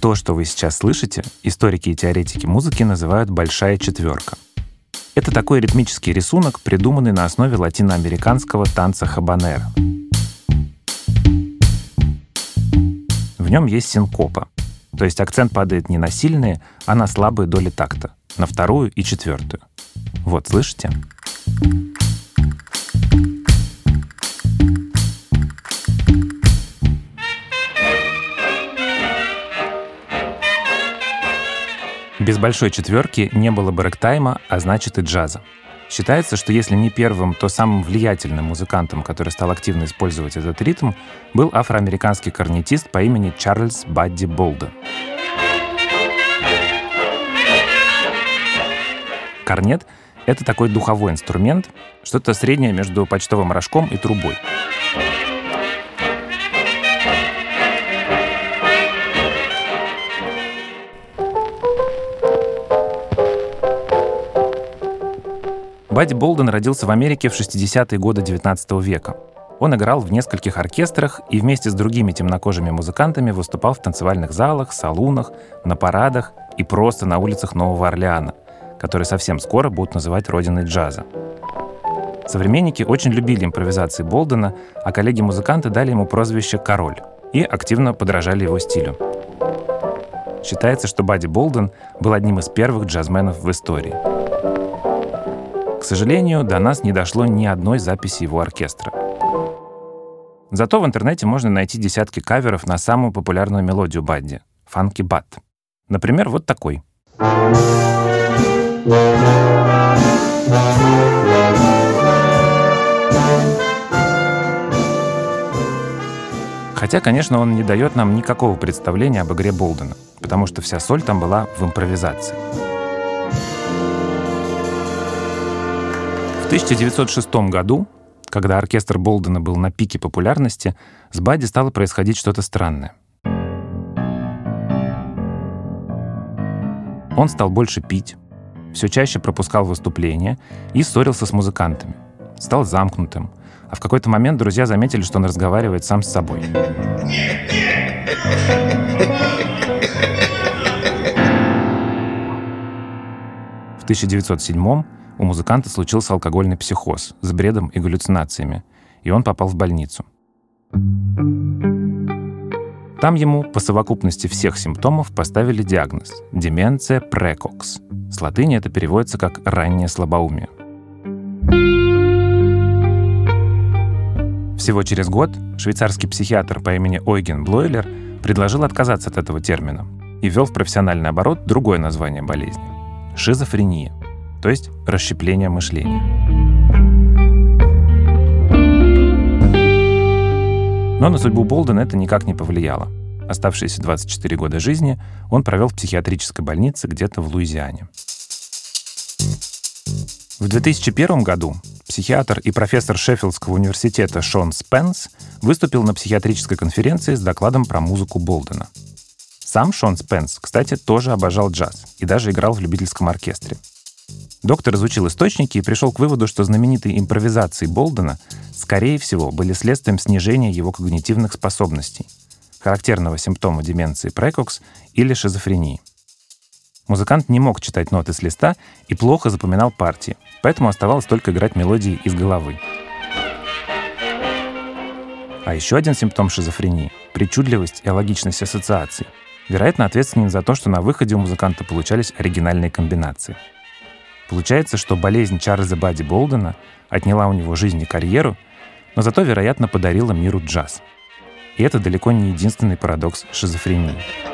то, что вы сейчас слышите, историки и теоретики музыки называют «большая четверка». Это такой ритмический рисунок, придуманный на основе латиноамериканского танца хабанеро. В нем есть синкопа, то есть акцент падает не на сильные, а на слабые доли такта, на вторую и четвертую. Вот, слышите? Без большой четверки не было бы рэктайма, а значит и джаза. Считается, что если не первым, то самым влиятельным музыкантом, который стал активно использовать этот ритм, был афроамериканский корнетист по имени Чарльз Бадди Болден. Корнет — это такой духовой инструмент, что-то среднее между почтовым рожком и трубой. Бадди Болден родился в Америке в 60-е годы XIX века. Он играл в нескольких оркестрах и вместе с другими темнокожими музыкантами выступал в танцевальных залах, салунах, на парадах и просто на улицах Нового Орлеана, который совсем скоро будут называть родиной джаза. Современники очень любили импровизации Болдена, а коллеги-музыканты дали ему прозвище «Король» и активно подражали его стилю. Считается, что Бадди Болден был одним из первых джазменов в истории. К сожалению, до нас не дошло ни одной записи его оркестра. Зато в интернете можно найти десятки каверов на самую популярную мелодию Бадди — «Фанки Бат». Например, вот такой. Хотя, конечно, он не дает нам никакого представления об игре Болдена, потому что вся соль там была в импровизации. В 1906 году, когда оркестр Болдена был на пике популярности, с Бадди стало происходить что-то странное. Он стал больше пить, все чаще пропускал выступления и ссорился с музыкантами. Стал замкнутым, а в какой-то момент друзья заметили, что он разговаривает сам с собой. В 1907 у музыканта случился алкогольный психоз с бредом и галлюцинациями, и он попал в больницу. Там ему по совокупности всех симптомов поставили диагноз — деменция прекокс. С латыни это переводится как «раннее слабоумие». Всего через год швейцарский психиатр по имени Ойген Блойлер предложил отказаться от этого термина и ввел в профессиональный оборот другое название болезни — шизофрения, то есть расщепление мышления. Но на судьбу Болдена это никак не повлияло. Оставшиеся 24 года жизни он провел в психиатрической больнице где-то в Луизиане. В 2001 году психиатр и профессор Шеффилдского университета Шон Спенс выступил на психиатрической конференции с докладом про музыку Болдена. Сам Шон Спенс, кстати, тоже обожал джаз и даже играл в любительском оркестре. Доктор изучил источники и пришел к выводу, что знаменитые импровизации Болдена, скорее всего, были следствием снижения его когнитивных способностей, характерного симптома деменции прекокс или шизофрении. Музыкант не мог читать ноты с листа и плохо запоминал партии, поэтому оставалось только играть мелодии из головы. А еще один симптом шизофрении — причудливость и алогичность ассоциаций — вероятно, ответственен за то, что на выходе у музыканта получались оригинальные комбинации. Получается, что болезнь Чарльза Бадди Болдена отняла у него жизнь и карьеру, но зато, вероятно, подарила миру джаз. И это далеко не единственный парадокс шизофрении.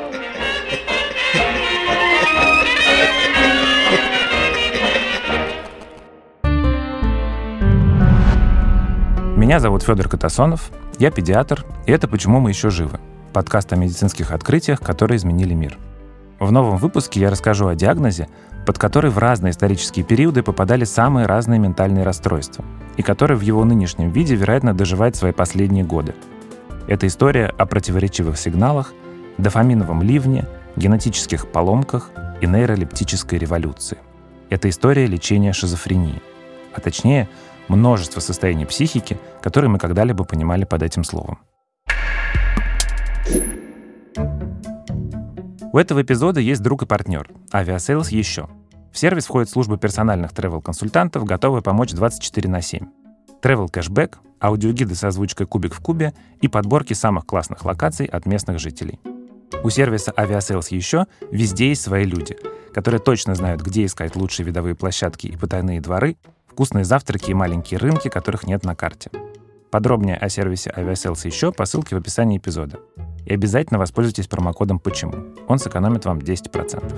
Меня зовут Федор Катасонов, я педиатр, и это «Почему мы еще живы?» — подкаст о медицинских открытиях, которые изменили мир. В новом выпуске я расскажу о диагнозе, под который в разные исторические периоды попадали самые разные ментальные расстройства, и который в его нынешнем виде, вероятно, доживает свои последние годы. Это история о противоречивых сигналах, дофаминовом ливне, генетических поломках и нейролептической революции. Это история лечения шизофрении, а точнее, множество состояний психики, которые мы когда-либо понимали под этим словом. У этого эпизода есть друг и партнер — Aviasales еще. В сервис входит служба персональных travel-консультантов, готовая помочь 24/7. Travel Cashback, аудиогиды с озвучкой «Кубик в кубе» и подборки самых классных локаций от местных жителей. У сервиса Aviasales еще везде есть свои люди, которые точно знают, где искать лучшие видовые площадки и потайные дворы, вкусные завтраки и маленькие рынки, которых нет на карте. Подробнее о сервисе Aviasales еще по ссылке в описании эпизода. И обязательно воспользуйтесь промокодом «Почему». Он сэкономит вам 10%.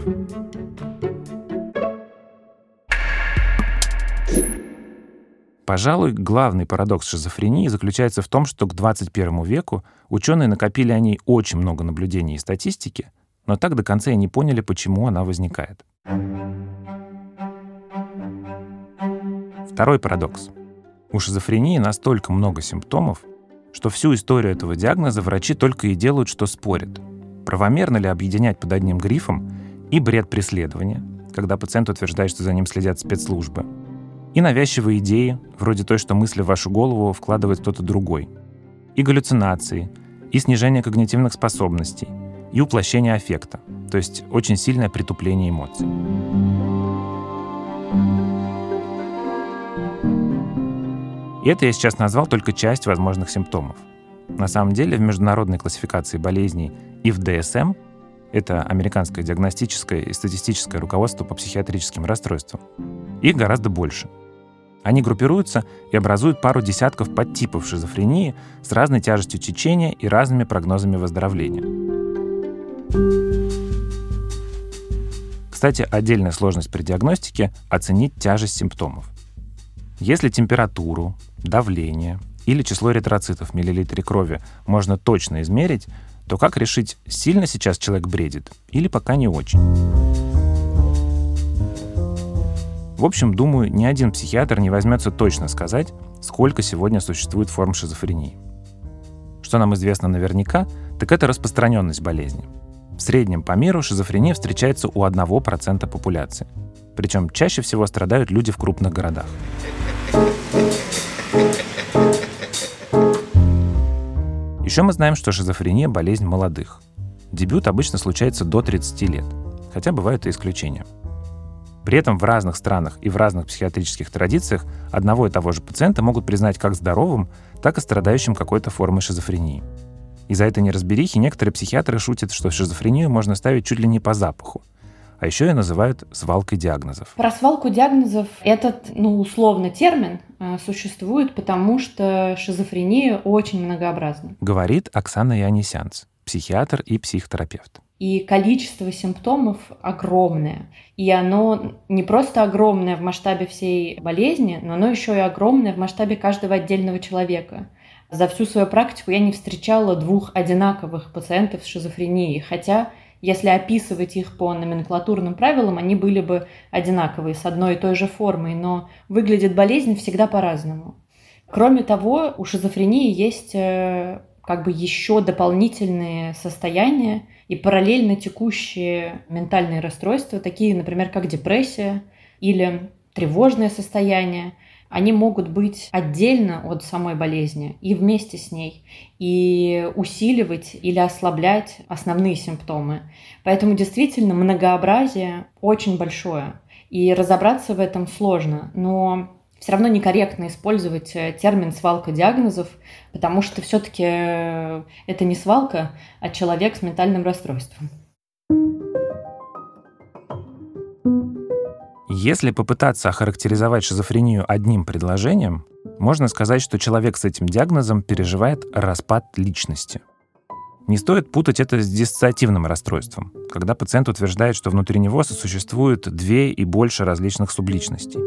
Пожалуй, главный парадокс шизофрении заключается в том, что к 21 веку ученые накопили о ней очень много наблюдений и статистики, но так до конца и не поняли, почему она возникает. Второй парадокс. У шизофрении настолько много симптомов, что всю историю этого диагноза врачи только и делают, что спорят. Правомерно ли объединять под одним грифом и бред преследования, когда пациент утверждает, что за ним следят спецслужбы, и навязчивые идеи, вроде той, что мысли в вашу голову вкладывает кто-то другой, и галлюцинации, и снижение когнитивных способностей, и уплощение аффекта, то есть очень сильное притупление эмоций. И это я сейчас назвал только часть возможных симптомов. На самом деле в международной классификации болезней и в DSM, это Американское диагностическое и статистическое руководство по психиатрическим расстройствам, их гораздо больше. Они группируются и образуют пару десятков подтипов шизофрении с разной тяжестью течения и разными прогнозами выздоровления. Кстати, отдельная сложность при диагностике — оценить тяжесть симптомов. Если температуру, давление или число эритроцитов в миллилитре крови можно точно измерить, то как решить, сильно сейчас человек бредит или пока не очень? В общем, думаю, ни один психиатр не возьмется точно сказать, сколько сегодня существует форм шизофрении. Что нам известно наверняка, так это распространенность болезни. В среднем по миру шизофрения встречается у 1% популяции. Причем чаще всего страдают люди в крупных городах. Еще мы знаем, что шизофрения — болезнь молодых. Дебют обычно случается до 30 лет, хотя бывают и исключения. При этом в разных странах и в разных психиатрических традициях одного и того же пациента могут признать как здоровым, так и страдающим какой-то формой шизофрении. Из-за этой неразберихи некоторые психиатры шутят, что шизофрению можно ставить чуть ли не по запаху. А еще ее называют свалкой диагнозов. Про свалку диагнозов этот, условно, термин существует, потому что шизофрения очень многообразна. Говорит Оксана Ионисянц, психиатр и психотерапевт. И количество симптомов огромное. И оно не просто огромное в масштабе всей болезни, но оно еще и огромное в масштабе каждого отдельного человека. За всю свою практику я не встречала 2 одинаковых пациентов с шизофренией, хотя если описывать их по номенклатурным правилам, они были бы одинаковые, с одной и той же формой, но выглядит болезнь всегда по-разному. Кроме того, у шизофрении есть еще дополнительные состояния и параллельно текущие ментальные расстройства, такие, например, как депрессия или тревожное состояние. Они могут быть отдельно от самой болезни и вместе с ней, и усиливать или ослаблять основные симптомы. Поэтому действительно многообразие очень большое, и разобраться в этом сложно, но все равно некорректно использовать термин «свалка диагнозов», потому что все-таки это не свалка, а человек с ментальным расстройством. Если попытаться охарактеризовать шизофрению одним предложением, можно сказать, что человек с этим диагнозом переживает распад личности. Не стоит путать это с диссоциативным расстройством, когда пациент утверждает, что внутри него сосуществует 2 и больше различных субличностей.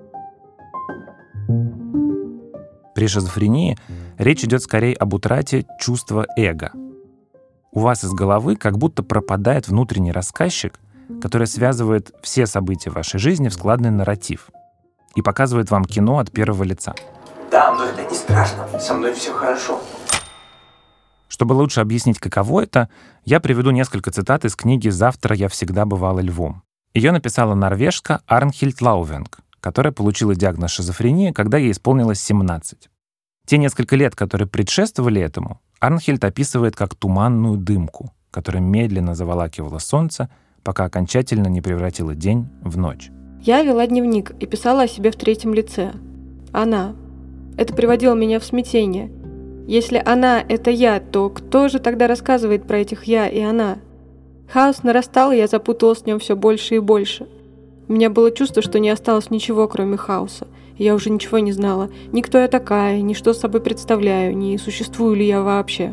При шизофрении речь идет скорее об утрате чувства эго. У вас из головы как будто пропадает внутренний рассказчик, который связывает все события вашей жизни в складный нарратив и показывает вам кино от первого лица. Да, но это не страшно. Со мной все хорошо. Чтобы лучше объяснить, каково это, я приведу несколько цитат из книги «Завтра я всегда бывала львом». Ее написала норвежка Арнхильд Лаувенг, которая получила диагноз шизофрения, когда ей исполнилось 17. Те несколько лет, которые предшествовали этому, Арнхильд описывает как туманную дымку, которая медленно заволакивала солнце, пока окончательно не превратила день в ночь. Я вела дневник и писала о себе в третьем лице. Она. Это приводило меня в смятение. Если она — это я, то кто же тогда рассказывает про этих «я» и «она»? Хаос нарастал, и я запуталась в нем все больше и больше. У меня было чувство, что не осталось ничего, кроме хаоса. Я уже ничего не знала. Ни кто я такая, ни что собой представляю, ни существую ли я вообще.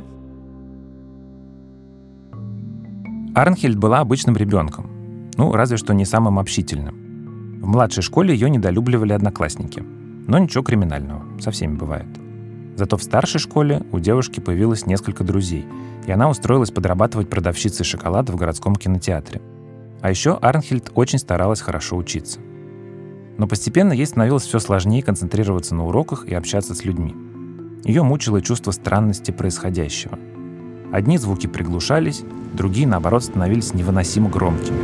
Арнхильд была обычным ребенком. Разве что не самым общительным. В младшей школе ее недолюбливали одноклассники. Но ничего криминального, со всеми бывает. Зато в старшей школе у девушки появилось несколько друзей, и она устроилась подрабатывать продавщицей шоколада в городском кинотеатре. А еще Арнхильд очень старалась хорошо учиться. Но постепенно ей становилось все сложнее концентрироваться на уроках и общаться с людьми. Ее мучило чувство странности происходящего. Одни звуки приглушались, другие, наоборот, становились невыносимо громкими.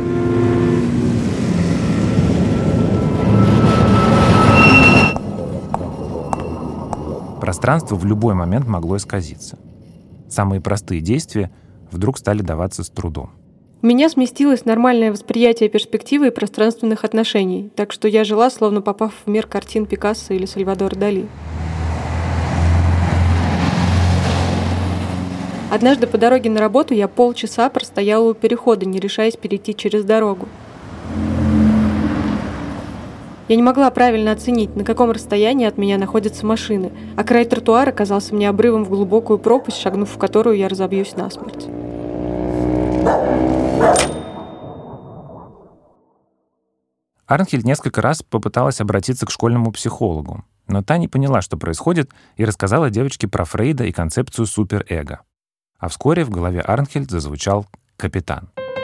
Пространство в любой момент могло исказиться. Самые простые действия вдруг стали даваться с трудом. У меня сместилось нормальное восприятие перспективы и пространственных отношений, так что я жила, словно попав в мир картин Пикассо или Сальвадора Дали. Однажды по дороге на работу я полчаса простояла у перехода, не решаясь перейти через дорогу. Я не могла правильно оценить, на каком расстоянии от меня находятся машины, а край тротуара казался мне обрывом в глубокую пропасть, шагнув в которую я разобьюсь насмерть. Арнхильд несколько раз попыталась обратиться к школьному психологу, но та не поняла, что происходит, и рассказала девочке про Фрейда и концепцию суперэго. А вскоре в голове Арнхильд зазвучал «Капитан».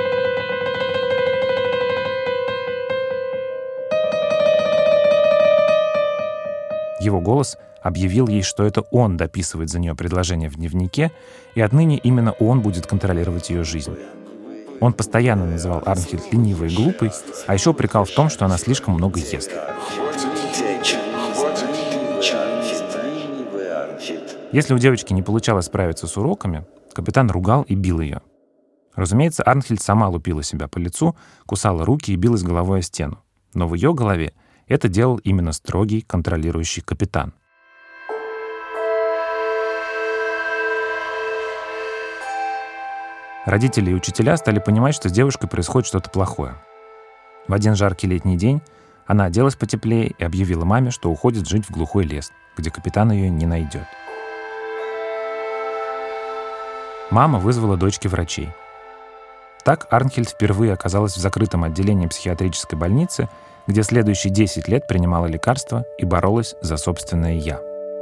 Его голос объявил ей, что это он дописывает за нее предложение в дневнике, и отныне именно он будет контролировать ее жизнь. Он постоянно называл Арнхильд ленивой и глупой, а еще упрекал в том, что она слишком много ест. Если у девочки не получалось справиться с уроками, капитан ругал и бил ее. Разумеется, Арнхильд сама лупила себя по лицу, кусала руки и билась головой о стену. Но в ее голове это делал именно строгий, контролирующий капитан. Родители и учителя стали понимать, что с девушкой происходит что-то плохое. В один жаркий летний день она оделась потеплее и объявила маме, что уходит жить в глухой лес, где капитан ее не найдет. Мама вызвала дочке врачей. Так Арнхильд впервые оказалась в закрытом отделении психиатрической больницы, где следующие 10 лет принимала лекарства и боролась за собственное «я».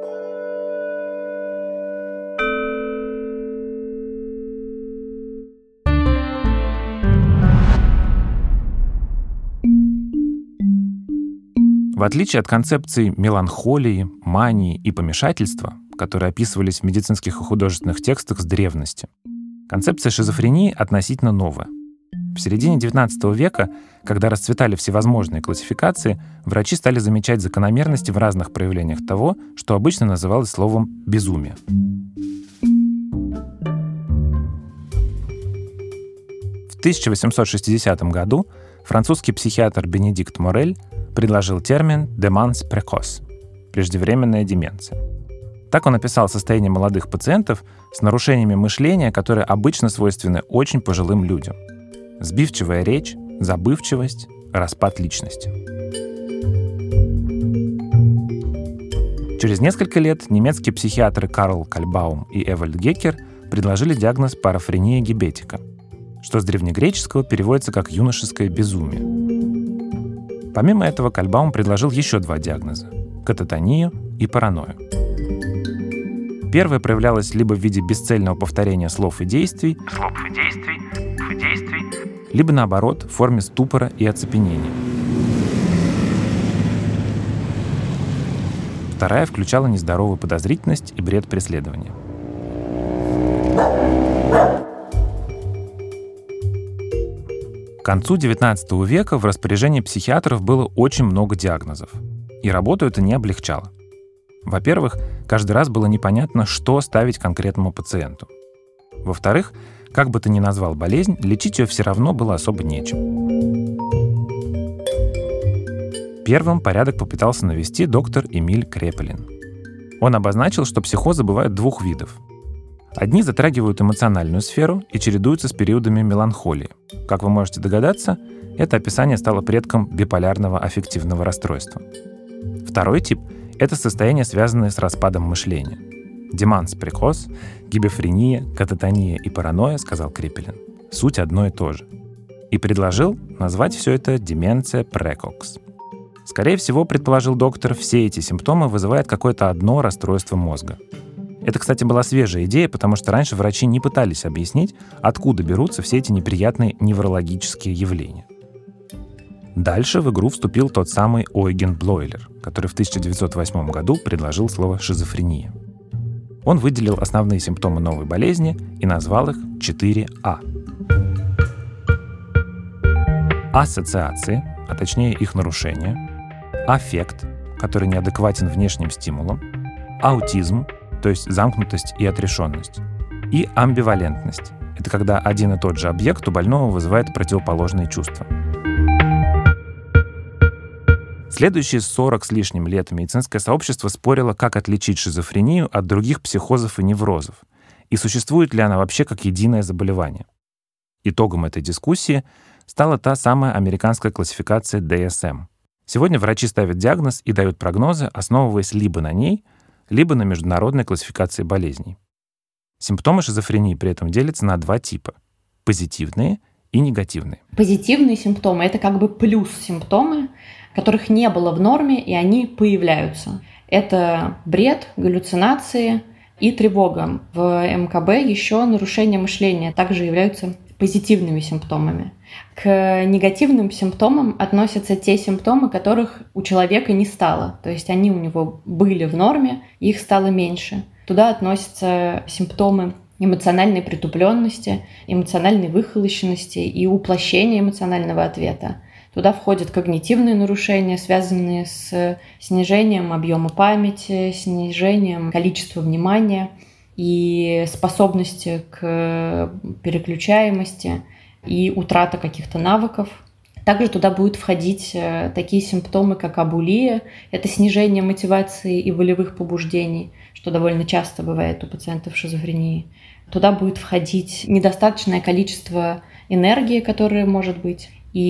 В отличие от концепций меланхолии, мании и помешательства, которые описывались в медицинских и художественных текстах с древности, концепция шизофрении относительно новая. В середине XIX века, когда расцветали всевозможные классификации, врачи стали замечать закономерности в разных проявлениях того, что обычно называлось словом «безумие». В 1860 году французский психиатр Бенедикт Морель предложил термин «démence précoce» — преждевременная деменция. Так он описал состояние молодых пациентов с нарушениями мышления, которые обычно свойственны очень пожилым людям. Сбивчивая речь, забывчивость, распад личности. Через несколько лет немецкие психиатры Карл Кальбаум и Эвальд Геккер предложили диагноз парафрения гибетика, что с древнегреческого переводится как «юношеское безумие». Помимо этого, Кальбаум предложил еще два диагноза – кататонию и паранойю. Первое проявлялось либо в виде бесцельного повторения слов и действий, либо, наоборот, в форме ступора и оцепенения. Вторая включала нездоровую подозрительность и бред преследования. К концу XIX века в распоряжении психиатров было очень много диагнозов, и работу это не облегчало. Во-первых, каждый раз было непонятно, что ставить конкретному пациенту. Во-вторых, Как бы ты ни назвал болезнь, лечить ее все равно было особо нечем. Первым порядок попытался навести доктор Эмиль Крепелин. Он обозначил, что психозы бывают двух видов. Одни затрагивают эмоциональную сферу и чередуются с периодами меланхолии. Как вы можете догадаться, это описание стало предком биполярного аффективного расстройства. Второй тип — это состояния, связанные с распадом мышления. Деменс прекоз, гибефрения, кататония и паранойя, сказал Крепелин, суть одно и то же. И предложил назвать все это деменция прекокс. Скорее всего, предположил доктор, все эти симптомы вызывает какое-то одно расстройство мозга. Это, кстати, была свежая идея, потому что раньше врачи не пытались объяснить, откуда берутся все эти неприятные неврологические явления. Дальше в игру вступил тот самый Ойген Блойлер, который в 1908 году предложил слово «шизофрения». Он выделил основные симптомы новой болезни и назвал их 4А. Ассоциации, а точнее их нарушения, аффект, который неадекватен внешним стимулам, аутизм, то есть замкнутость и отрешенность, и амбивалентность. Это когда один и тот же объект у больного вызывает противоположные чувства. Следующие 40 с лишним лет медицинское сообщество спорило, как отличить шизофрению от других психозов и неврозов, и существует ли она вообще как единое заболевание. Итогом этой дискуссии стала та самая американская классификация DSM. Сегодня врачи ставят диагноз и дают прогнозы, основываясь либо на ней, либо на международной классификации болезней. Симптомы шизофрении при этом делятся на два типа — позитивные и негативные. Позитивные симптомы — это как бы плюс-симптомы, которых не было в норме, и они появляются. Это бред, галлюцинации и тревога. В МКБ еще нарушения мышления также являются позитивными симптомами. К негативным симптомам относятся те симптомы, которых у человека не стало. То есть они у него были в норме, их стало меньше. Туда относятся симптомы эмоциональной притупленности, эмоциональной выхолощенности и уплощения эмоционального ответа. Туда входят когнитивные нарушения, связанные с снижением объема памяти, снижением количества внимания и способности к переключаемости и утрата каких-то навыков. Также туда будут входить такие симптомы, как абулия, это снижение мотивации и волевых побуждений, что довольно часто бывает у пациентов с шизофренией. Туда будет входить недостаточное количество энергии, которое может быть.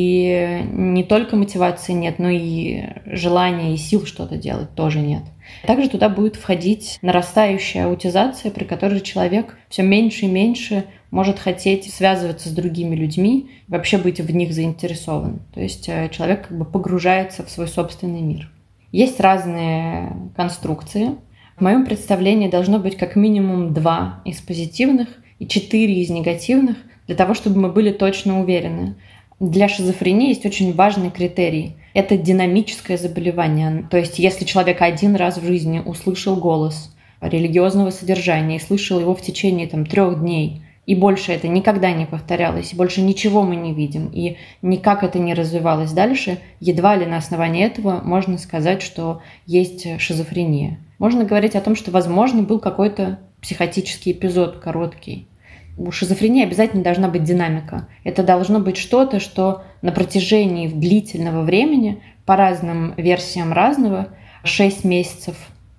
И не только мотивации нет, но и желания и сил что-то делать тоже нет. Также туда будет входить нарастающая аутизация, при которой человек все меньше и меньше может хотеть связываться с другими людьми, вообще быть в них заинтересован. То есть человек как бы погружается в свой собственный мир. Есть разные конструкции. В моем представлении должно быть как минимум 2 из позитивных и 4 из негативных, для того, чтобы мы были точно уверены. Для шизофрении есть очень важный критерий. Это динамическое заболевание. То есть если человек один раз в жизни услышал голос религиозного содержания и слышал его в течение 3 дней, и больше это никогда не повторялось, и больше ничего мы не видим, и никак это не развивалось дальше, едва ли на основании этого можно сказать, что есть шизофрения. Можно говорить о том, что, возможно, был какой-то психотический эпизод короткий. У шизофрении обязательно должна быть динамика. Это должно быть что-то, что на протяжении длительного времени, по разным версиям разного, 6 месяцев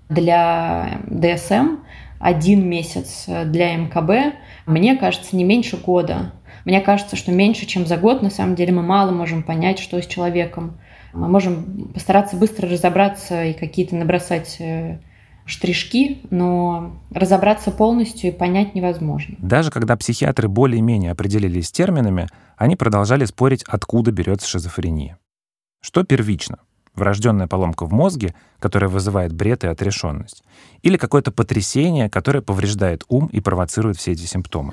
для ДСМ, 1 месяц для МКБ, мне кажется, не меньше года. Мне кажется, что меньше, чем за год, на самом деле, мы мало можем понять, что с человеком. Мы можем постараться быстро разобраться и какие-то набросать штришки, но разобраться полностью и понять невозможно. Даже когда психиатры более-менее определились с терминами, они продолжали спорить, откуда берется шизофрения. Что первично? Врожденная поломка в мозге, которая вызывает бред и отрешенность, или какое-то потрясение, которое повреждает ум и провоцирует все эти симптомы.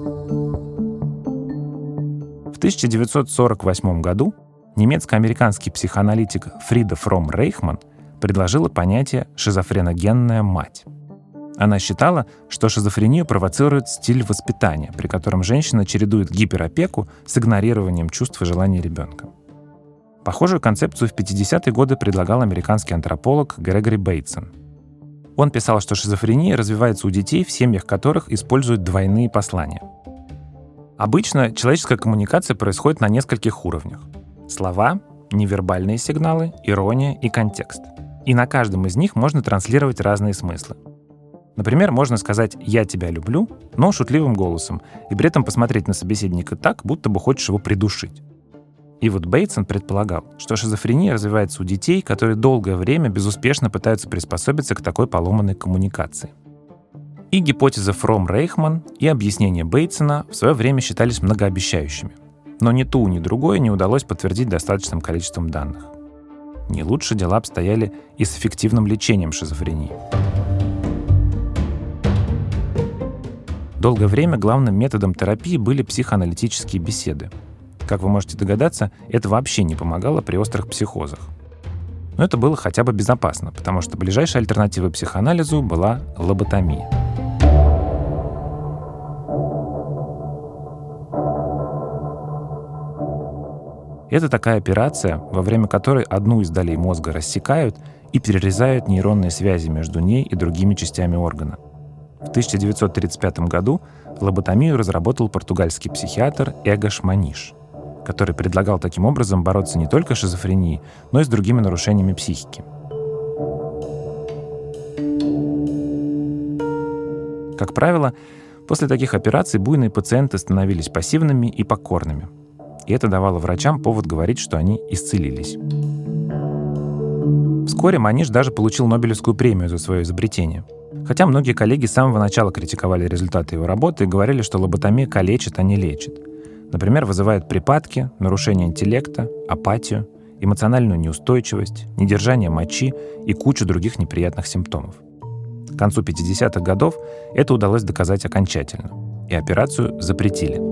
В 1948 году немецко-американский психоаналитик Фрида Фром-Рейхман предложила понятие «шизофреногенная мать». Она считала, что шизофрению провоцирует стиль воспитания, при котором женщина чередует гиперопеку с игнорированием чувств и желаний ребенка. Похожую концепцию в 50-е годы предлагал американский антрополог Грегори Бейтсон. Он писал, что шизофрения развивается у детей, в семьях которых используют двойные послания. Обычно человеческая коммуникация происходит на нескольких уровнях. Слова, невербальные сигналы, ирония и контекст. И на каждом из них можно транслировать разные смыслы. Например, можно сказать «я тебя люблю», но шутливым голосом, и при этом посмотреть на собеседника так, будто бы хочешь его придушить. И вот Бейтсон предполагал, что шизофрения развивается у детей, которые долгое время безуспешно пытаются приспособиться к такой поломанной коммуникации. И гипотеза Фром-Рейхман, и объяснения Бейтсона в свое время считались многообещающими. Но ни ту, ни другое не удалось подтвердить достаточным количеством данных. Не лучше дела обстояли и с эффективным лечением шизофрении. Долгое время главным методом терапии были психоаналитические беседы. Как вы можете догадаться, это вообще не помогало при острых психозах. Но это было хотя бы безопасно, потому что ближайшей альтернативой психоанализу была лоботомия. Это такая операция, во время которой одну из долей мозга рассекают и перерезают нейронные связи между ней и другими частями органа. В 1935 году лоботомию разработал португальский психиатр Эго Шманиш, который предлагал таким образом бороться не только с шизофренией, но и с другими нарушениями психики. Как правило, после таких операций буйные пациенты становились пассивными и покорными. И это давало врачам повод говорить, что они исцелились. Вскоре Маниш даже получил Нобелевскую премию за свое изобретение. Хотя многие коллеги с самого начала критиковали результаты его работы и говорили, что лоботомия калечит, а не лечит. Например, вызывает припадки, нарушение интеллекта, апатию, эмоциональную неустойчивость, недержание мочи и кучу других неприятных симптомов. К концу 50-х годов это удалось доказать окончательно, и операцию запретили.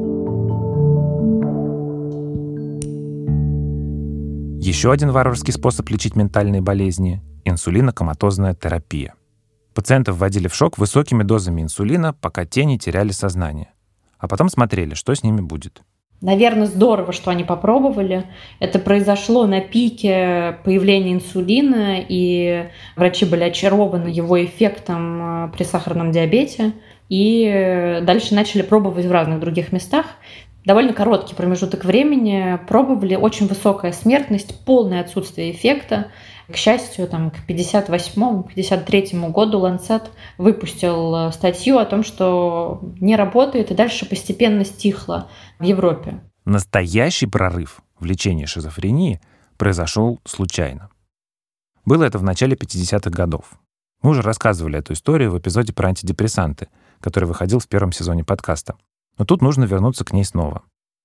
Еще один варварский способ лечить ментальные болезни – инсулинокоматозная терапия. Пациентов вводили в шок высокими дозами инсулина, пока те не теряли сознание. А потом смотрели, что с ними будет. Наверное, здорово, что они попробовали. Это произошло на пике появления инсулина, и врачи были очарованы его эффектом при сахарном диабете. И дальше начали пробовать в разных других местах. Довольно короткий промежуток времени пробовали, очень высокая смертность, полное отсутствие эффекта. К счастью, к 1953 году Lancet выпустил статью о том, что не работает, и дальше постепенно стихло в Европе. Настоящий прорыв в лечении шизофрении произошел случайно. Было это в начале 50-х годов. Мы уже рассказывали эту историю в эпизоде про антидепрессанты, который выходил в первом сезоне подкаста. Но тут нужно вернуться к ней снова.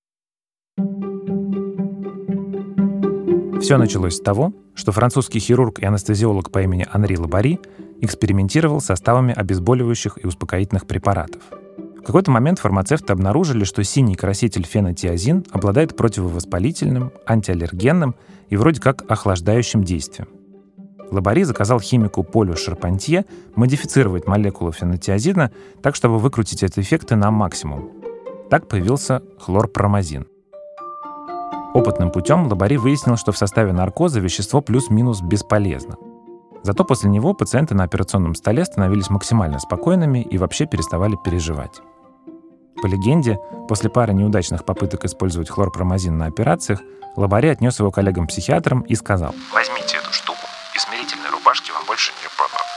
Все началось с того, что французский хирург и анестезиолог по имени Анри Лабари экспериментировал с составами обезболивающих и успокоительных препаратов. В какой-то момент фармацевты обнаружили, что синий краситель фенотиазин обладает противовоспалительным, антиаллергенным и вроде как охлаждающим действием. Лабари заказал химику Полю Шарпантье модифицировать молекулу фенотиазина так, чтобы выкрутить эти эффекты на максимум. Так появился хлорпромазин. Опытным путем Лабари выяснил, что в составе наркоза вещество плюс-минус бесполезно. Зато после него пациенты на операционном столе становились максимально спокойными и вообще переставали переживать. По легенде, после пары неудачных попыток использовать хлорпромазин на операциях, Лабари отнес его коллегам-психиатрам и сказал: Возьмите эту штуку, и смирительной рубашки вам больше не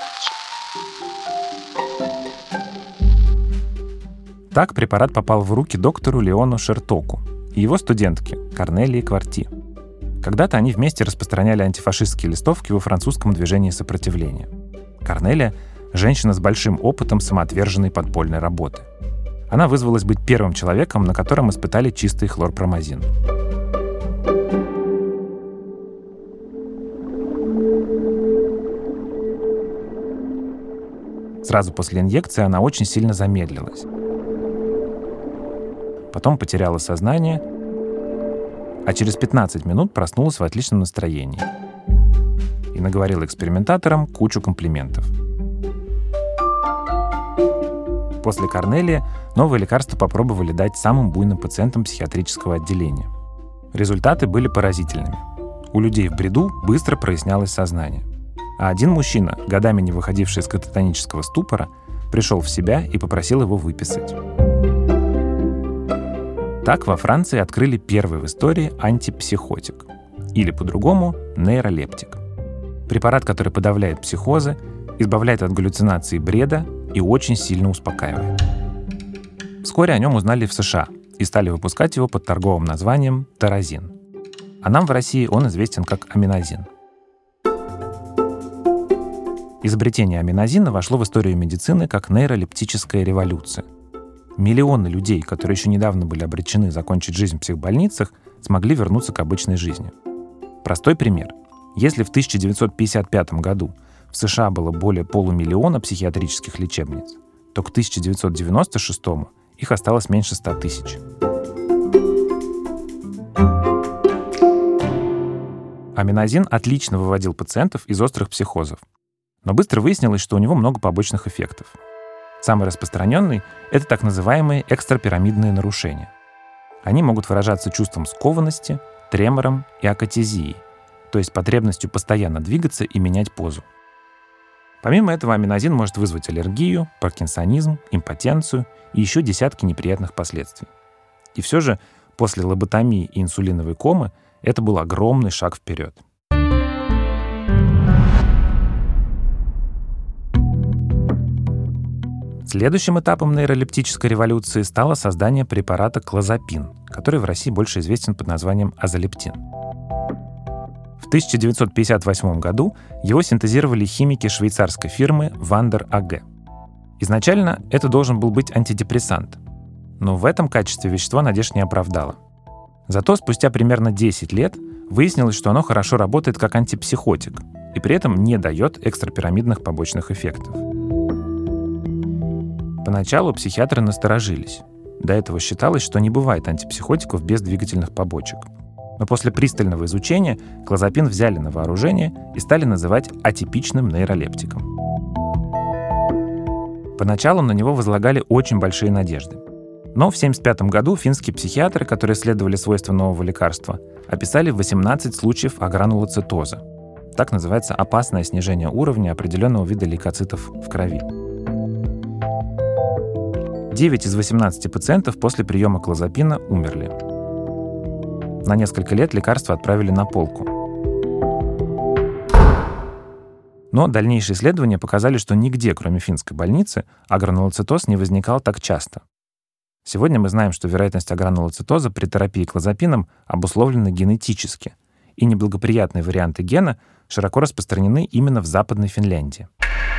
понадобится. Так препарат попал в руки доктору Леону Шертоку и его студентке Корнелии Кварти. Когда-то они вместе распространяли антифашистские листовки во французском движении сопротивления. Корнелия — женщина с большим опытом самоотверженной подпольной работы. Она вызвалась быть первым человеком, на котором испытали чистый хлорпромазин. Сразу после инъекции она очень сильно замедлилась. Потом потеряла сознание, а через 15 минут проснулась в отличном настроении и наговорила экспериментаторам кучу комплиментов. После Корнелии новое лекарство попробовали дать самым буйным пациентам психиатрического отделения. Результаты были поразительными. У людей в бреду быстро прояснялось сознание. А один мужчина, годами не выходивший из кататонического ступора, пришел в себя и попросил его выписать. Так во Франции открыли первый в истории антипсихотик, или по-другому нейролептик. Препарат, который подавляет психозы, избавляет от галлюцинаций и бреда и очень сильно успокаивает. Вскоре о нем узнали в США и стали выпускать его под торговым названием таразин. А нам в России он известен как аминазин. Изобретение аминазина вошло в историю медицины как нейролептическая революция. Миллионы людей, которые еще недавно были обречены закончить жизнь в психбольницах, смогли вернуться к обычной жизни. Простой пример. Если в 1955 году в США было более полумиллиона психиатрических лечебниц, то к 1996 их осталось меньше 100 тысяч. Аминазин отлично выводил пациентов из острых психозов, но быстро выяснилось, что у него много побочных эффектов. Самый распространенный — это так называемые экстрапирамидные нарушения. Они могут выражаться чувством скованности, тремором и акатезией, то есть потребностью постоянно двигаться и менять позу. Помимо этого, аминазин может вызвать аллергию, паркинсонизм, импотенцию и еще десятки неприятных последствий. И все же после лоботомии и инсулиновой комы это был огромный шаг вперед. Следующим этапом нейролептической революции стало создание препарата клозапин, который в России больше известен под названием азолептин. В 1958 году его синтезировали химики швейцарской фирмы Вандер АГ. Изначально это должен был быть антидепрессант, но в этом качестве вещество надежд не оправдало. Зато спустя примерно 10 лет выяснилось, что оно хорошо работает как антипсихотик и при этом не дает экстрапирамидных побочных эффектов. Поначалу психиатры насторожились. До этого считалось, что не бывает антипсихотиков без двигательных побочек. Но после пристального изучения клозапин взяли на вооружение и стали называть атипичным нейролептиком. Поначалу на него возлагали очень большие надежды. Но в 1975 году финские психиатры, которые исследовали свойства нового лекарства, описали 18 случаев агранулоцитоза. Так называется опасное снижение уровня определенного вида лейкоцитов в крови. 9 из 18 пациентов после приема клозапина умерли. На несколько лет лекарство отправили на полку. Но дальнейшие исследования показали, что нигде, кроме финской больницы, агранулоцитоз не возникал так часто. Сегодня мы знаем, что вероятность агранулоцитоза при терапии клозапином обусловлена генетически, и неблагоприятные варианты гена широко распространены именно в Западной Финляндии.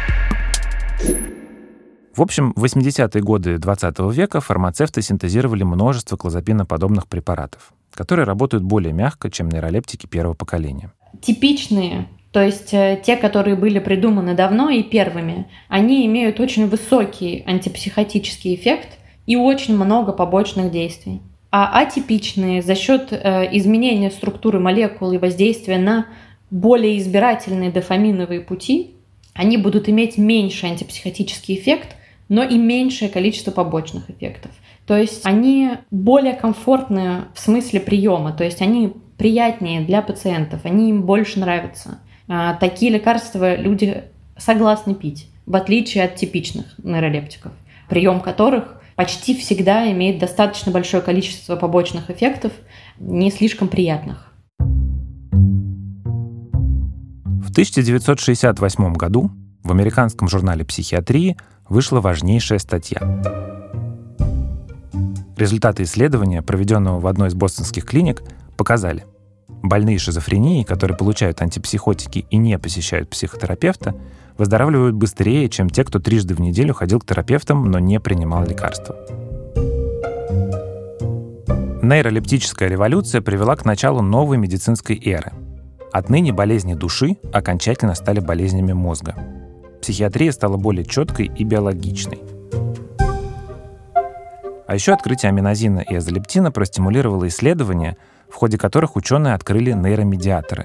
В общем, в 80-е годы XX века фармацевты синтезировали множество клозапиноподобных препаратов, которые работают более мягко, чем нейролептики первого поколения. Типичные, то есть те, которые были придуманы давно и первыми, они имеют очень высокий антипсихотический эффект и очень много побочных действий. А атипичные за счет изменения структуры молекул и воздействия на более избирательные дофаминовые пути, они будут иметь меньший антипсихотический эффект, но и меньшее количество побочных эффектов. То есть они более комфортны в смысле приема, то есть они приятнее для пациентов, они им больше нравятся. Такие лекарства люди согласны пить, в отличие от типичных нейролептиков, прием которых почти всегда имеет достаточно большое количество побочных эффектов, не слишком приятных. В 1968 году в американском журнале психиатрии вышла важнейшая статья. Результаты исследования, проведенного в одной из бостонских клиник, показали: больные шизофренией, которые получают антипсихотики и не посещают психотерапевта, выздоравливают быстрее, чем те, кто трижды в неделю ходил к терапевтам, но не принимал лекарства. Нейролептическая революция привела к началу новой медицинской эры. Отныне болезни души окончательно стали болезнями мозга. Психиатрия стала более четкой и биологичной. А еще открытие аминазина и азолептина простимулировало исследования, в ходе которых ученые открыли нейромедиаторы.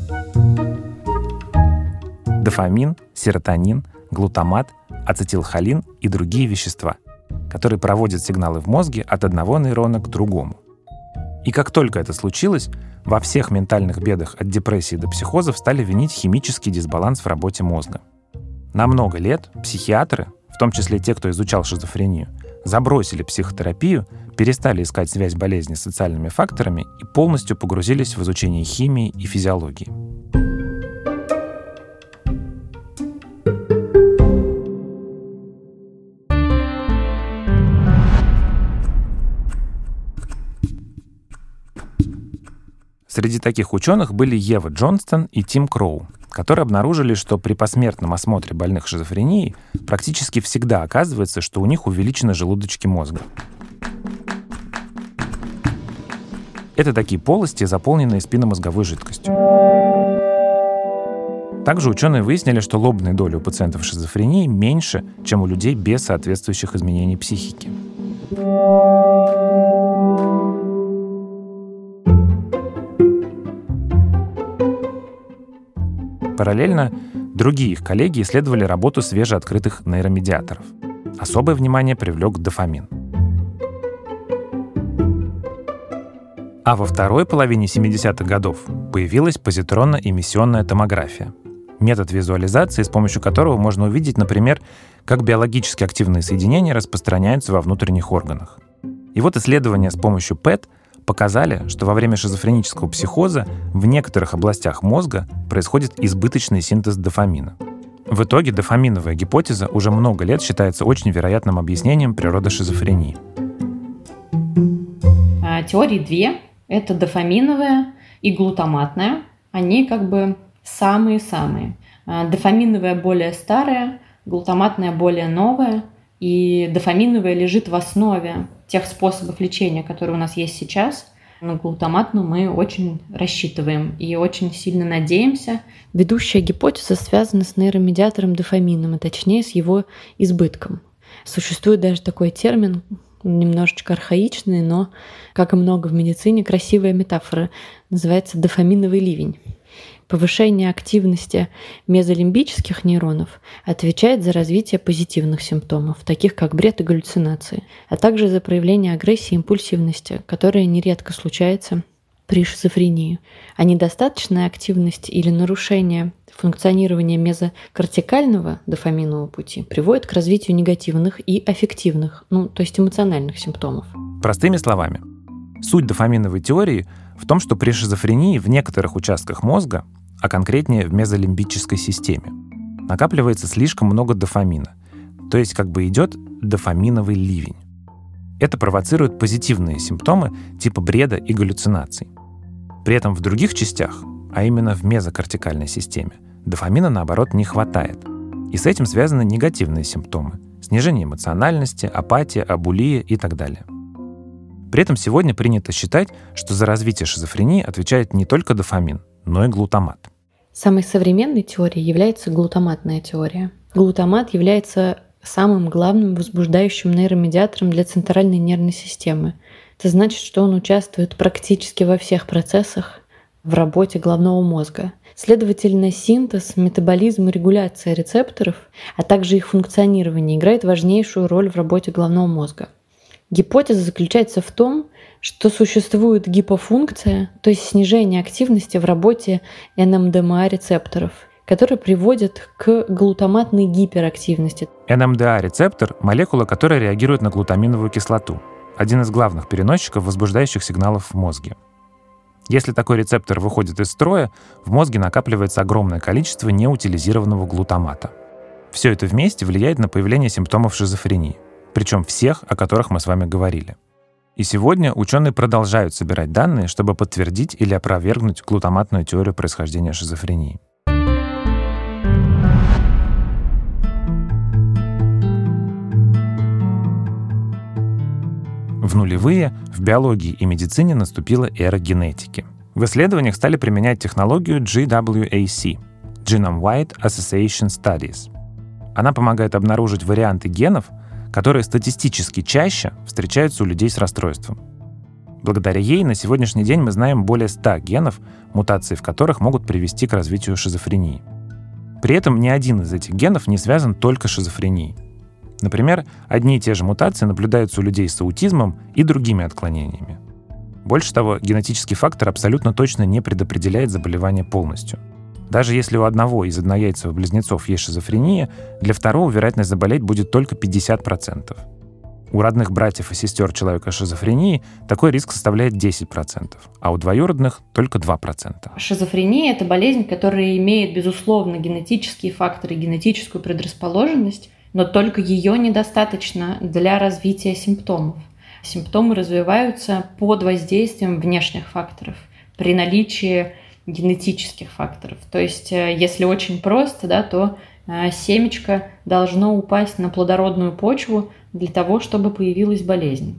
Дофамин, серотонин, глутамат, ацетилхолин и другие вещества, которые проводят сигналы в мозге от одного нейрона к другому. И как только это случилось, во всех ментальных бедах от депрессии до психозов стали винить химический дисбаланс в работе мозга. На много лет психиатры, в том числе те, кто изучал шизофрению, забросили психотерапию, перестали искать связь болезни с социальными факторами и полностью погрузились в изучение химии и физиологии. Среди таких ученых были Ева Джонстон и Тим Кроу, которые обнаружили, что при посмертном осмотре больных шизофренией практически всегда оказывается, что у них увеличены желудочки мозга. Это такие полости, заполненные спинномозговой жидкостью. Также ученые выяснили, что лобные доли у пациентов шизофрении меньше, чем у людей без соответствующих изменений психики. Параллельно другие их коллеги исследовали работу свежеоткрытых нейромедиаторов. Особое внимание привлек дофамин. А во второй половине 70-х годов появилась позитронно-эмиссионная томография. Метод визуализации, с помощью которого можно увидеть, например, как биологически активные соединения распространяются во внутренних органах. И вот исследования с помощью ПЭТ показали, что во время шизофренического психоза в некоторых областях мозга происходит избыточный синтез дофамина. В итоге дофаминовая гипотеза уже много лет считается очень вероятным объяснением природы шизофрении. Теории две. Это дофаминовая и глутаматная. Они как бы самые-самые. Дофаминовая более старая, глутаматная более новая. И дофаминовая лежит в основе тех способов лечения, которые у нас есть сейчас. На глутаматную мы очень рассчитываем и очень сильно надеемся. Ведущая гипотеза связана с нейромедиатором дофамином, а точнее с его избытком. Существует даже такой термин, немножечко архаичный, но, как и много в медицине, красивая метафора. Называется дофаминовый ливень. Повышение активности мезолимбических нейронов отвечает за развитие позитивных симптомов, таких как бред и галлюцинации, а также за проявление агрессии и импульсивности, которая нередко случается при шизофрении. А недостаточная активность или нарушение функционирования мезокортикального дофаминового пути приводит к развитию негативных и аффективных, то есть эмоциональных симптомов. Простыми словами, суть дофаминовой теории в том, что при шизофрении в некоторых участках мозга, а конкретнее в мезолимбической системе, накапливается слишком много дофамина, то есть как бы идет дофаминовый ливень. Это провоцирует позитивные симптомы типа бреда и галлюцинаций. При этом в других частях, а именно в мезокортикальной системе, дофамина, наоборот, не хватает. И с этим связаны негативные симптомы – снижение эмоциональности, апатия, абулия и так далее. При этом сегодня принято считать, что за развитие шизофрении отвечает не только дофамин, но и глутамат. Самой современной теорией является глутаматная теория. Глутамат является самым главным возбуждающим нейромедиатором для центральной нервной системы. Это значит, что он участвует практически во всех процессах в работе головного мозга. Следовательно, синтез, метаболизм и регуляция рецепторов, а также их функционирование играет важнейшую роль в работе головного мозга. Гипотеза заключается в том, что существует гипофункция, то есть снижение активности в работе НМДМА-рецепторов, которые приводят к глутаматной гиперактивности. НМДА-рецептор – молекула, которая реагирует на глутаминовую кислоту, один из главных переносчиков возбуждающих сигналов в мозге. Если такой рецептор выходит из строя, в мозге накапливается огромное количество неутилизированного глутамата. Все это вместе влияет на появление симптомов шизофрении, причем всех, о которых мы с вами говорили. И сегодня ученые продолжают собирать данные, чтобы подтвердить или опровергнуть глутаматную теорию происхождения шизофрении. В нулевые в биологии и медицине наступила эра генетики. В исследованиях стали применять технологию GWAC – Genome-Wide Association Studies. Она помогает обнаружить варианты генов, которые статистически чаще встречаются у людей с расстройством. Благодаря ей на сегодняшний день мы знаем более 100 генов, мутации в которых могут привести к развитию шизофрении. При этом ни один из этих генов не связан только с шизофренией. Например, одни и те же мутации наблюдаются у людей с аутизмом и другими отклонениями. Больше того, генетический фактор абсолютно точно не предопределяет заболевание полностью. Даже если у одного из однояйцевых близнецов есть шизофрения, для второго вероятность заболеть будет только 50%. У родных братьев и сестер человека с шизофренией такой риск составляет 10%, а у двоюродных только 2%. Шизофрения – это болезнь, которая имеет, безусловно, генетические факторы, генетическую предрасположенность, но только ее недостаточно для развития симптомов. Симптомы развиваются под воздействием внешних факторов при наличии генетических факторов. То есть, если очень просто, да, то семечко должно упасть на плодородную почву для того, чтобы появилась болезнь.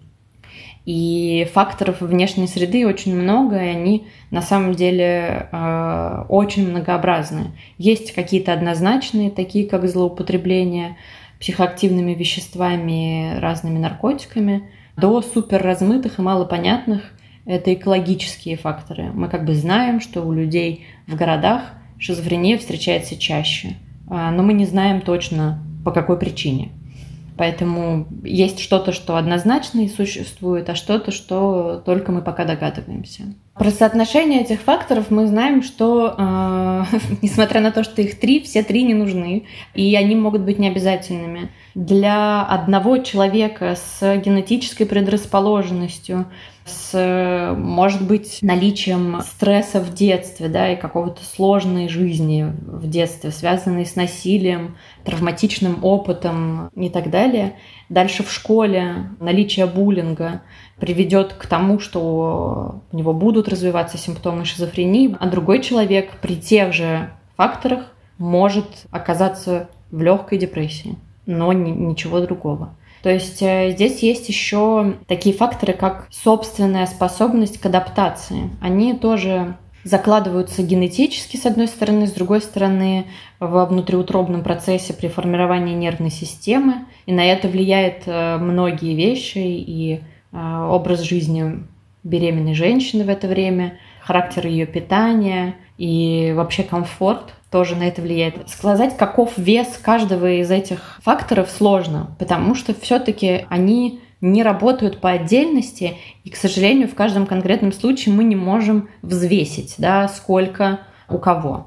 И факторов внешней среды очень много, и они на самом деле очень многообразны. Есть какие-то однозначные, такие как злоупотребление психоактивными веществами, разными наркотиками, до суперразмытых и малопонятных – это экологические факторы. Мы как бы знаем, что у людей в городах шизофрения встречается чаще, но мы не знаем точно, по какой причине. Поэтому есть что-то, что однозначно и существует, а что-то, что только мы пока догадываемся. Про соотношение этих факторов мы знаем, что, несмотря на то, что их 3, все 3 не нужны, и они могут быть необязательными. Для одного человека с генетической предрасположенностью, с, может быть, наличием стресса в детстве, да, и какого-то сложной жизни в детстве, связанной с насилием, травматичным опытом и так далее. Дальше в школе наличие буллинга приведет к тому, что у него будут развиваться симптомы шизофрении, а другой человек при тех же факторах может оказаться в легкой депрессии, но ничего другого. То есть здесь есть еще такие факторы, как собственная способность к адаптации. Они тоже закладываются генетически, с одной стороны, с другой стороны, во внутриутробном процессе при формировании нервной системы. И на это влияет многие вещи, и образ жизни беременной женщины в это время, характер ее питания и вообще комфорт тоже на это влияет. Сказать, каков вес каждого из этих факторов, сложно, потому что все-таки они не работают по отдельности, и, к сожалению, в каждом конкретном случае мы не можем взвесить, да, сколько у кого.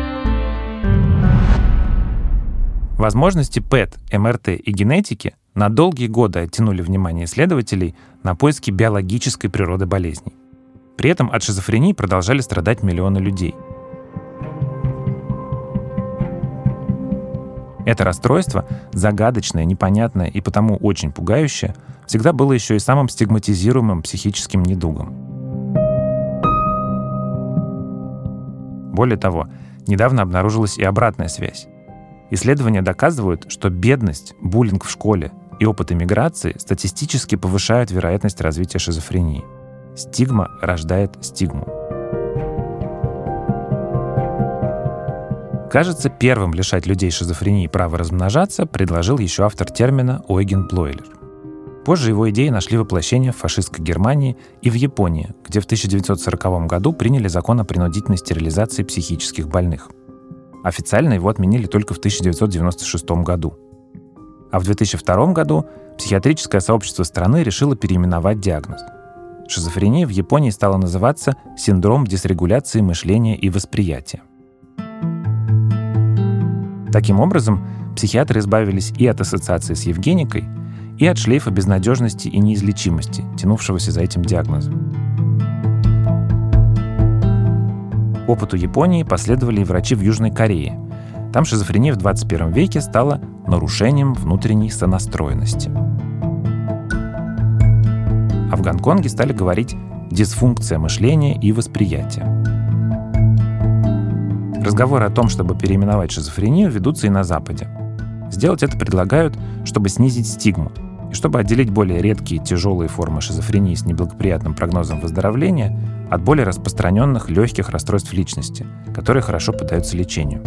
Возможности ПЭТ, МРТ и генетики на долгие годы оттянули внимание исследователей на поиски биологической природы болезней. При этом от шизофрении продолжали страдать миллионы людей. Это расстройство, загадочное, непонятное и потому очень пугающее, всегда было еще и самым стигматизируемым психическим недугом. Более того, недавно обнаружилась и обратная связь. Исследования доказывают, что бедность, буллинг в школе и опыт эмиграции статистически повышают вероятность развития шизофрении. Стигма рождает стигму. Кажется, первым лишать людей шизофрении права размножаться предложил еще автор термина Ойген Блойлер. Позже его идеи нашли воплощение в фашистской Германии и в Японии, где в 1940 году приняли закон о принудительной стерилизации психических больных. Официально его отменили только в 1996 году. А в 2002 году психиатрическое сообщество страны решило переименовать диагноз. Шизофрения в Японии стала называться синдром дисрегуляции мышления и восприятия. Таким образом, психиатры избавились и от ассоциации с Евгеникой, и от шлейфа безнадежности и неизлечимости, тянувшегося за этим диагнозом. Опыту Японии последовали и врачи в Южной Корее. Там шизофрения в 21 веке стала нарушением внутренней сонастроенности. А в Гонконге стали говорить «дисфункция мышления и восприятия». Разговоры о том, чтобы переименовать шизофрению, ведутся и на Западе. Сделать это предлагают, чтобы снизить стигму и чтобы отделить более редкие тяжелые формы шизофрении с неблагоприятным прогнозом выздоровления от более распространенных легких расстройств личности, которые хорошо поддаются лечению.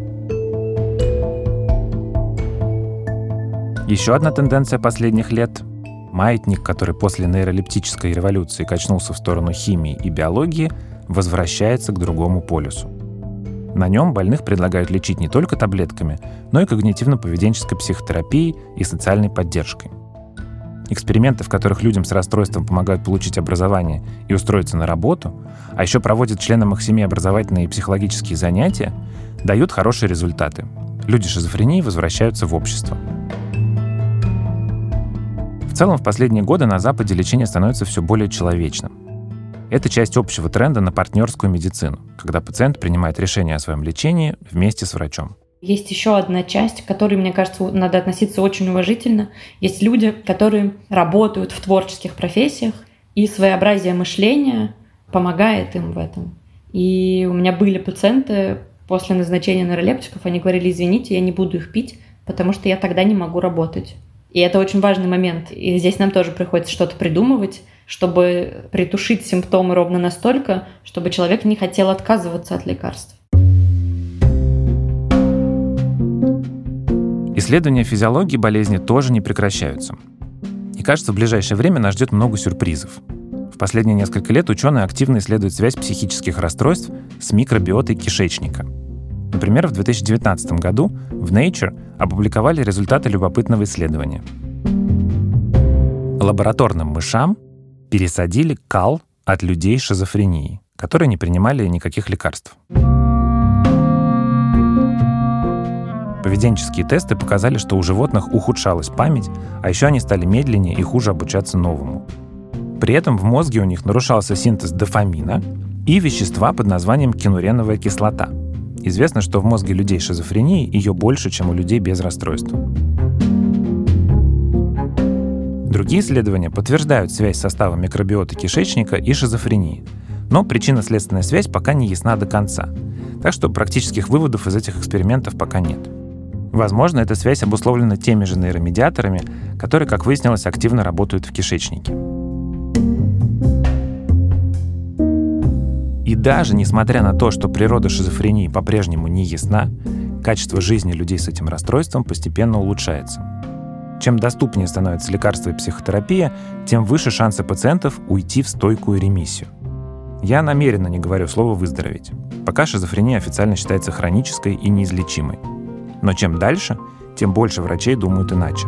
Еще одна тенденция последних лет – маятник, который после нейролептической революции качнулся в сторону химии и биологии, возвращается к другому полюсу. На нем больных предлагают лечить не только таблетками, но и когнитивно-поведенческой психотерапией и социальной поддержкой. Эксперименты, в которых людям с расстройством помогают получить образование и устроиться на работу, а еще проводят членам их семьи образовательные и психологические занятия, дают хорошие результаты. Люди с шизофренией возвращаются в общество. В целом, в последние годы на Западе лечение становится все более человечным. Это часть общего тренда на партнерскую медицину, когда пациент принимает решение о своем лечении вместе с врачом. Есть еще одна часть, к которой, мне кажется, надо относиться очень уважительно. Есть люди, которые работают в творческих профессиях, и своеобразие мышления помогает им в этом. И у меня были пациенты после назначения нейролептиков, они говорили: извините, я не буду их пить, потому что я тогда не могу работать. И это очень важный момент. И здесь нам тоже приходится что-то придумывать, чтобы притушить симптомы ровно настолько, чтобы человек не хотел отказываться от лекарств. Исследования физиологии болезни тоже не прекращаются. И кажется, в ближайшее время нас ждет много сюрпризов. В последние несколько лет ученые активно исследуют связь психических расстройств с микробиотой кишечника. Например, в 2019 году в Nature опубликовали результаты любопытного исследования. Лабораторным мышам пересадили кал от людей с шизофренией, которые не принимали никаких лекарств. Поведенческие тесты показали, что у животных ухудшалась память, а еще они стали медленнее и хуже обучаться новому. При этом в мозге у них нарушался синтез дофамина и вещества под названием кенуреновая кислота. Известно, что в мозге людей с шизофренией ее больше, чем у людей без расстройства. Другие исследования подтверждают связь состава микробиоты кишечника и шизофрении. Но причинно-следственная связь пока не ясна до конца. Так что практических выводов из этих экспериментов пока нет. Возможно, эта связь обусловлена теми же нейромедиаторами, которые, как выяснилось, активно работают в кишечнике. И даже несмотря на то, что природа шизофрении по-прежнему не ясна, качество жизни людей с этим расстройством постепенно улучшается. Чем доступнее становятся лекарства и психотерапия, тем выше шансы пациентов уйти в стойкую ремиссию. Я намеренно не говорю слово «выздороветь». Пока шизофрения официально считается хронической и неизлечимой. Но чем дальше, тем больше врачей думают иначе.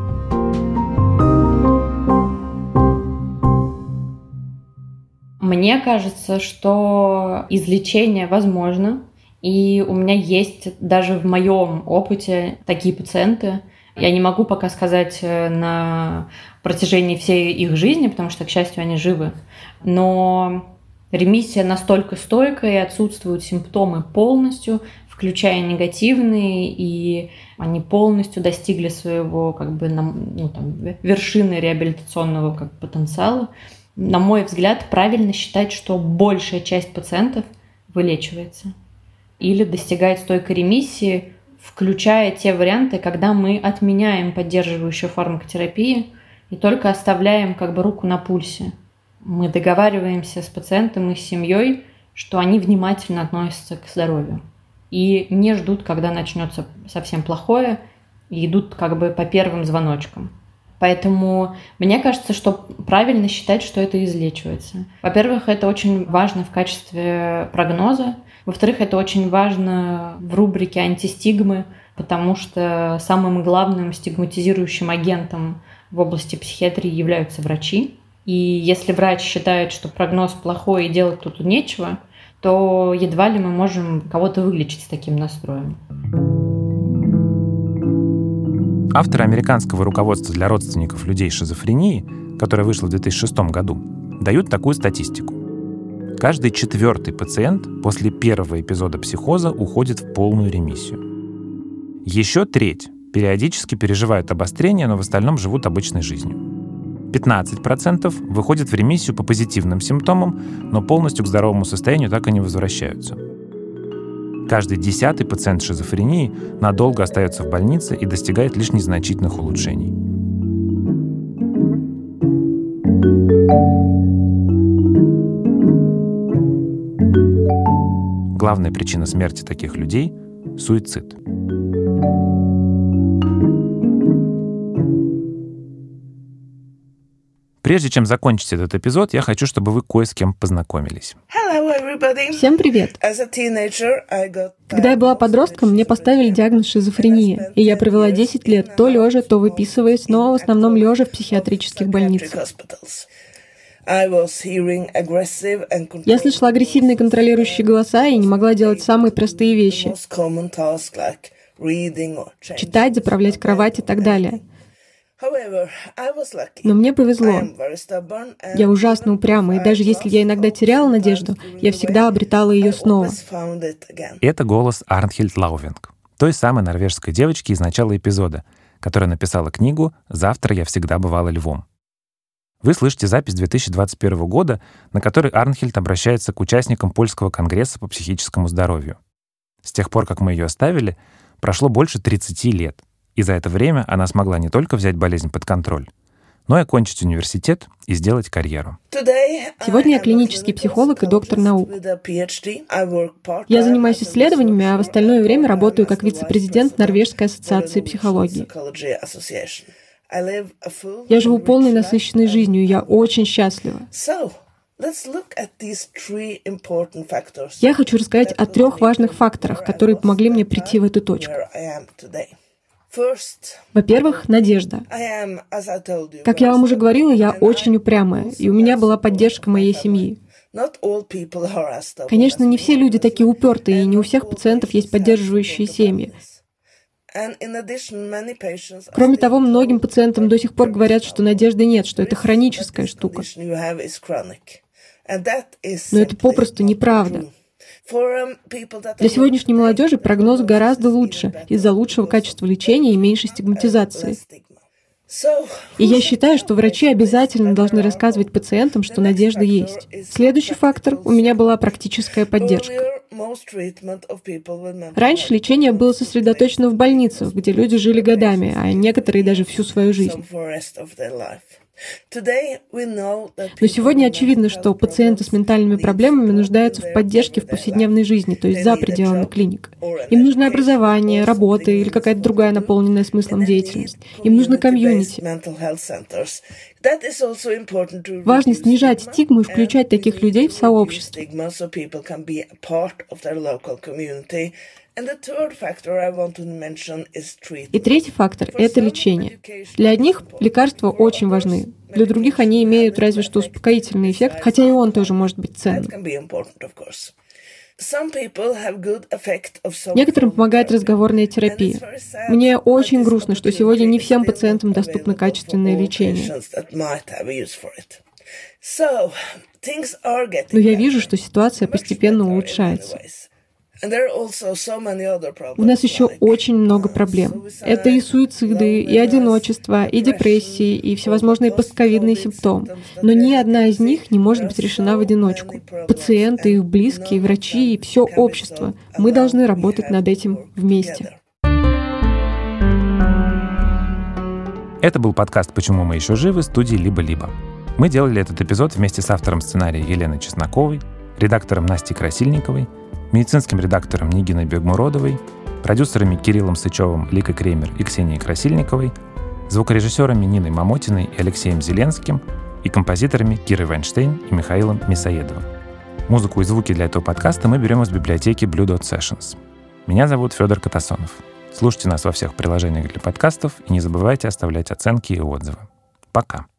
Мне кажется, что излечение возможно, и у меня есть даже в моем опыте такие пациенты. Я не могу пока сказать на протяжении всей их жизни, потому что, к счастью, они живы. Но ремиссия настолько стойкая, и отсутствуют симптомы полностью, включая негативные, и они полностью достигли своего вершины реабилитационного потенциала. На мой взгляд, правильно считать, что большая часть пациентов вылечивается или достигает стойкой ремиссии, включая те варианты, когда мы отменяем поддерживающую фармакотерапию и только оставляем руку на пульсе. Мы договариваемся с пациентом и с семьей, что они внимательно относятся к здоровью и не ждут, когда начнется совсем плохое, и идут по первым звоночкам. Поэтому мне кажется, что правильно считать, что это излечивается. Во-первых, это очень важно в качестве прогноза. Во-вторых, это очень важно в рубрике антистигмы, потому что самым главным стигматизирующим агентом в области психиатрии являются врачи. И если врач считает, что прогноз плохой и делать тут нечего, то едва ли мы можем кого-то вылечить с таким настроем. Авторы американского руководства для родственников людей с шизофренией, которое вышло в 2006 году, дают такую статистику. Каждый 4-й пациент после первого эпизода психоза уходит в полную ремиссию. Еще треть периодически переживают обострение, но в остальном живут обычной жизнью. 15% выходят в ремиссию по позитивным симптомам, но полностью к здоровому состоянию так и не возвращаются. Каждый 10-й пациент с шизофренией надолго остается в больнице и достигает лишь незначительных улучшений. Главная причина смерти таких людей — суицид. Прежде чем закончить этот эпизод, я хочу, чтобы вы кое с кем познакомились. Всем привет! Когда я была подростком, мне поставили диагноз шизофрения, и я провела 10 лет то лежа, то выписываясь, но в основном лежа в психиатрических больницах. Я слышала агрессивные контролирующие голоса и не могла делать самые простые вещи. Читать, заправлять кровать и так далее. Но мне повезло. Я ужасно упряма, и даже если я иногда теряла надежду, я всегда обретала ее снова. Это голос Арнхильд Лаувинг, той самой норвежской девочки из начала эпизода, которая написала книгу «Завтра я всегда бывала львом». Вы слышите запись 2021 года, на которой Арнхильд обращается к участникам Польского конгресса по психическому здоровью. С тех пор, как мы ее оставили, прошло больше 30 лет, и за это время она смогла не только взять болезнь под контроль, но и окончить университет и сделать карьеру. Сегодня я клинический психолог и доктор наук. Я занимаюсь исследованиями, а в остальное время работаю как вице-президент Норвежской ассоциации психологии. Я живу полной насыщенной жизнью, и я очень счастлива. Я хочу рассказать о 3 важных факторах, которые помогли мне прийти в эту точку. Во-первых, надежда. Как я вам уже говорила, я очень упрямая, и у меня была поддержка моей семьи. Конечно, не все люди такие упертые, и не у всех пациентов есть поддерживающие семьи. Кроме того, многим пациентам до сих пор говорят, что надежды нет, что это хроническая штука. Но это попросту неправда. Для сегодняшней молодежи прогноз гораздо лучше из-за лучшего качества лечения и меньшей стигматизации. И я считаю, что врачи обязательно должны рассказывать пациентам, что надежда есть. Следующий фактор — у меня была практическая поддержка. Раньше лечение было сосредоточено в больницах, где люди жили годами, а некоторые даже всю свою жизнь. Но сегодня очевидно, что пациенты с ментальными проблемами нуждаются в поддержке в повседневной жизни, то есть за пределами клиник. Им нужно образование, работа или какая-то другая наполненная смыслом деятельность. Им нужно комьюнити. Важно снижать стигму и включать таких людей в сообщество. И третий фактор — это лечение. Для одних лекарства очень важны, для других они имеют разве что успокоительный эффект, хотя и он тоже может быть ценным. Некоторым помогает разговорная терапия. Мне очень грустно, что сегодня не всем пациентам доступно качественное лечение. Но я вижу, что ситуация постепенно улучшается. У нас еще очень много проблем. Это и суициды, и одиночество, и депрессии, и всевозможные постковидные симптомы. Но ни одна из них не может быть решена в одиночку. Пациенты, их близкие, врачи и все общество. Мы должны работать над этим вместе. Это был подкаст «Почему мы еще живы» студии «Либо-либо». Мы делали этот эпизод вместе с автором сценария Еленой Чесноковой, редактором Настей Красильниковой, медицинским редактором Нигиной Бегмуродовой, продюсерами Кириллом Сычевым, Ликой Кремер и Ксенией Красильниковой, звукорежиссерами Ниной Мамотиной и Алексеем Зеленским и композиторами Кирой Вайнштейн и Михаилом Мясоедовым. Музыку и звуки для этого подкаста мы берем из библиотеки Blue Dot Sessions. Меня зовут Федор Катасонов. Слушайте нас во всех приложениях для подкастов и не забывайте оставлять оценки и отзывы. Пока.